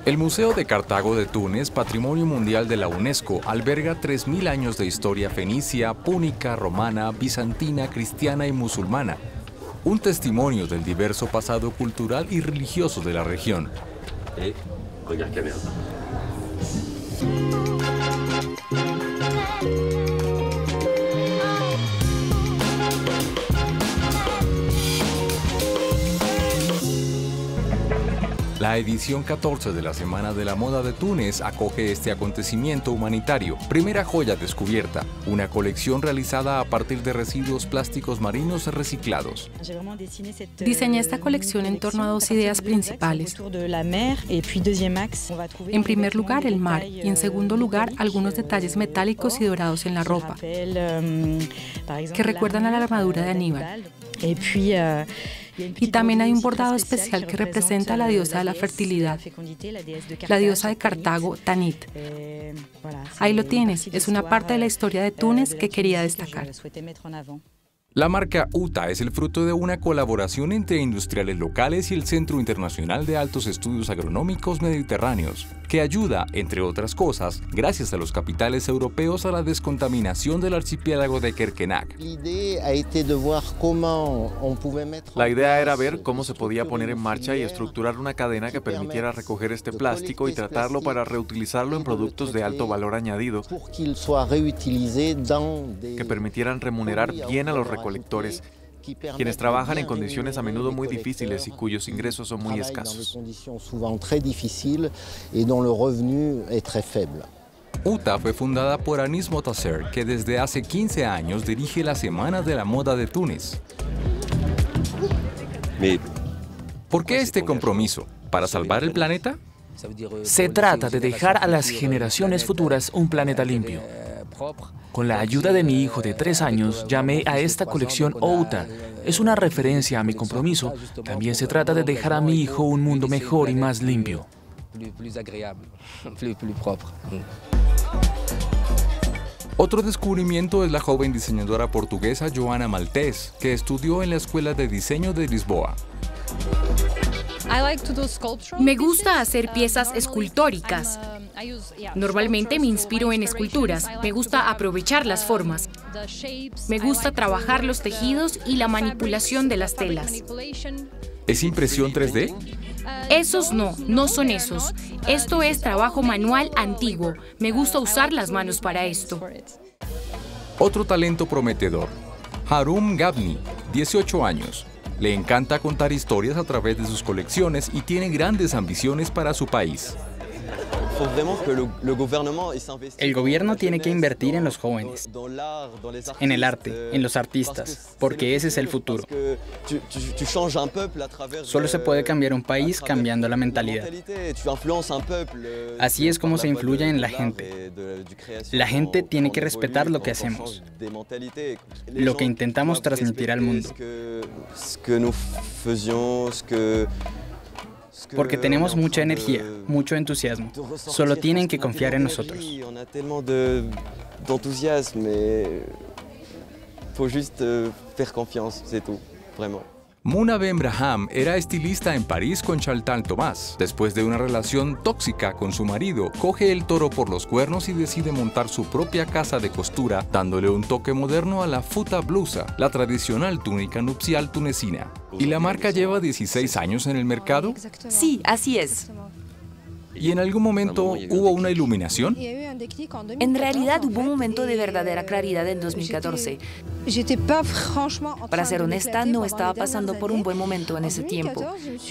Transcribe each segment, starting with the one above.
El Museo de Cartago de Túnez, Patrimonio Mundial de la UNESCO, alberga 3.000 años de historia fenicia, púnica, romana, bizantina, cristiana y musulmana. Un testimonio del diverso pasado cultural y religioso de la región. La edición 14 de la Semana de la Moda de Túnez acoge este acontecimiento humanitario. Primera joya descubierta, una colección realizada a partir de residuos plásticos marinos reciclados. Diseñé esta colección en torno a dos ideas principales. En primer lugar, el mar, y en segundo lugar, algunos detalles metálicos y dorados en la ropa, que recuerdan a la armadura de Aníbal. Y también hay un bordado especial que representa a la diosa de la fertilidad, la diosa de Cartago, Tanit. Ahí lo tienes, es una parte de la historia de Túnez que quería destacar. La marca UTA es el fruto de una colaboración entre industriales locales y el Centro Internacional de Altos Estudios Agronómicos Mediterráneos, que ayuda, entre otras cosas, gracias a los capitales europeos, a la descontaminación del archipiélago de Kerkenak. La idea era ver cómo se podía poner en marcha y estructurar una cadena que permitiera recoger este plástico y tratarlo para reutilizarlo en productos de alto valor añadido, que permitieran remunerar bien a los recolectores, quienes trabajan en condiciones a menudo muy difíciles y cuyos ingresos son muy escasos. UTA fue fundada por Anis Motaser, que desde hace 15 años dirige la Semana de la Moda de Túnez. ¿Por qué este compromiso? ¿Para salvar el planeta? Se trata de dejar a las generaciones futuras un planeta limpio. Con la ayuda de mi hijo de 3 años, llamé a esta colección Outa. Es una referencia a mi compromiso. También se trata de dejar a mi hijo un mundo mejor y más limpio. Otro descubrimiento es la joven diseñadora portuguesa Joana Maltés, que estudió en la Escuela de Diseño de Lisboa. Me gusta hacer piezas escultóricas. Normalmente me inspiro en esculturas. Me gusta aprovechar las formas. Me gusta trabajar los tejidos y la manipulación de las telas. ¿Es impresión 3D? Esos no son esos. Esto es trabajo manual antiguo. Me gusta usar las manos para esto. Otro talento prometedor. Harum Gabni, 18 años. Le encanta contar historias a través de sus colecciones y tiene grandes ambiciones para su país. El gobierno tiene que invertir en los jóvenes, en el arte, en los artistas, porque ese es el futuro. Solo se puede cambiar un país cambiando la mentalidad. Así es como se influye en la gente. La gente tiene que respetar lo que hacemos, lo que intentamos transmitir al mundo. Porque tenemos mucha energía, mucho entusiasmo. Solo tienen que confiar en nosotros. Muna Benbraham era estilista en París con Chantal Thomas. Después de una relación tóxica con su marido, coge el toro por los cuernos y decide montar su propia casa de costura, dándole un toque moderno a la futa blusa, la tradicional túnica nupcial tunecina. ¿Y la marca lleva 16 años en el mercado? Sí, así es. ¿Y en algún momento hubo una iluminación? En realidad hubo un momento de verdadera claridad en 2014. Para ser honesta, no estaba pasando por un buen momento en ese tiempo.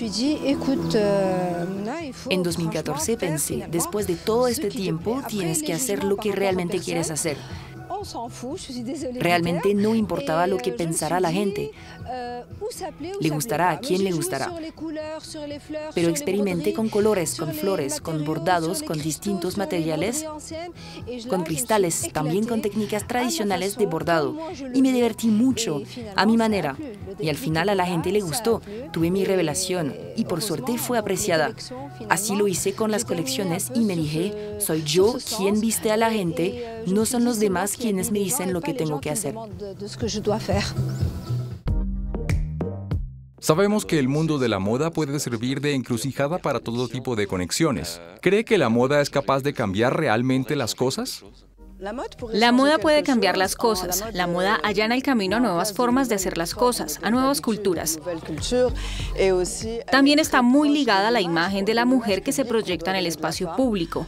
En 2014 pensé, después de todo este tiempo, tienes que hacer lo que realmente quieres hacer. Realmente no importaba lo que pensara la gente. Le gustará a quien le gustará. Pero experimenté con colores, con flores, con bordados, con distintos materiales, con cristales, también con técnicas tradicionales de bordado. Y me divertí mucho, a mi manera. Y al final a la gente le gustó. Tuve mi revelación y por suerte fue apreciada. Así lo hice con las colecciones y me dije, soy yo quien viste a la gente, no son los demás quienes me dicen lo que tengo que hacer. Sabemos que el mundo de la moda puede servir de encrucijada para todo tipo de conexiones. ¿Cree que la moda es capaz de cambiar realmente las cosas? La moda puede cambiar las cosas. La moda allana el camino a nuevas formas de hacer las cosas, a nuevas culturas. También está muy ligada a la imagen de la mujer que se proyecta en el espacio público.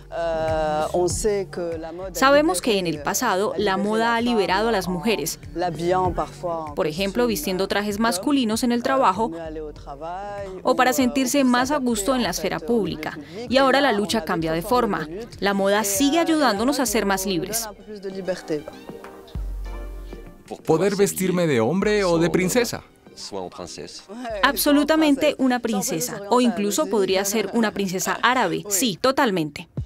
Sabemos que en el pasado la moda ha liberado a las mujeres, por ejemplo, vistiendo trajes masculinos en el trabajo o para sentirse más a gusto en la esfera pública. Y ahora la lucha cambia de forma. La moda sigue ayudándonos a ser más libres. ¿Poder vestirme de hombre o de princesa? Absolutamente una princesa, o incluso podría ser una princesa árabe. Sí, totalmente.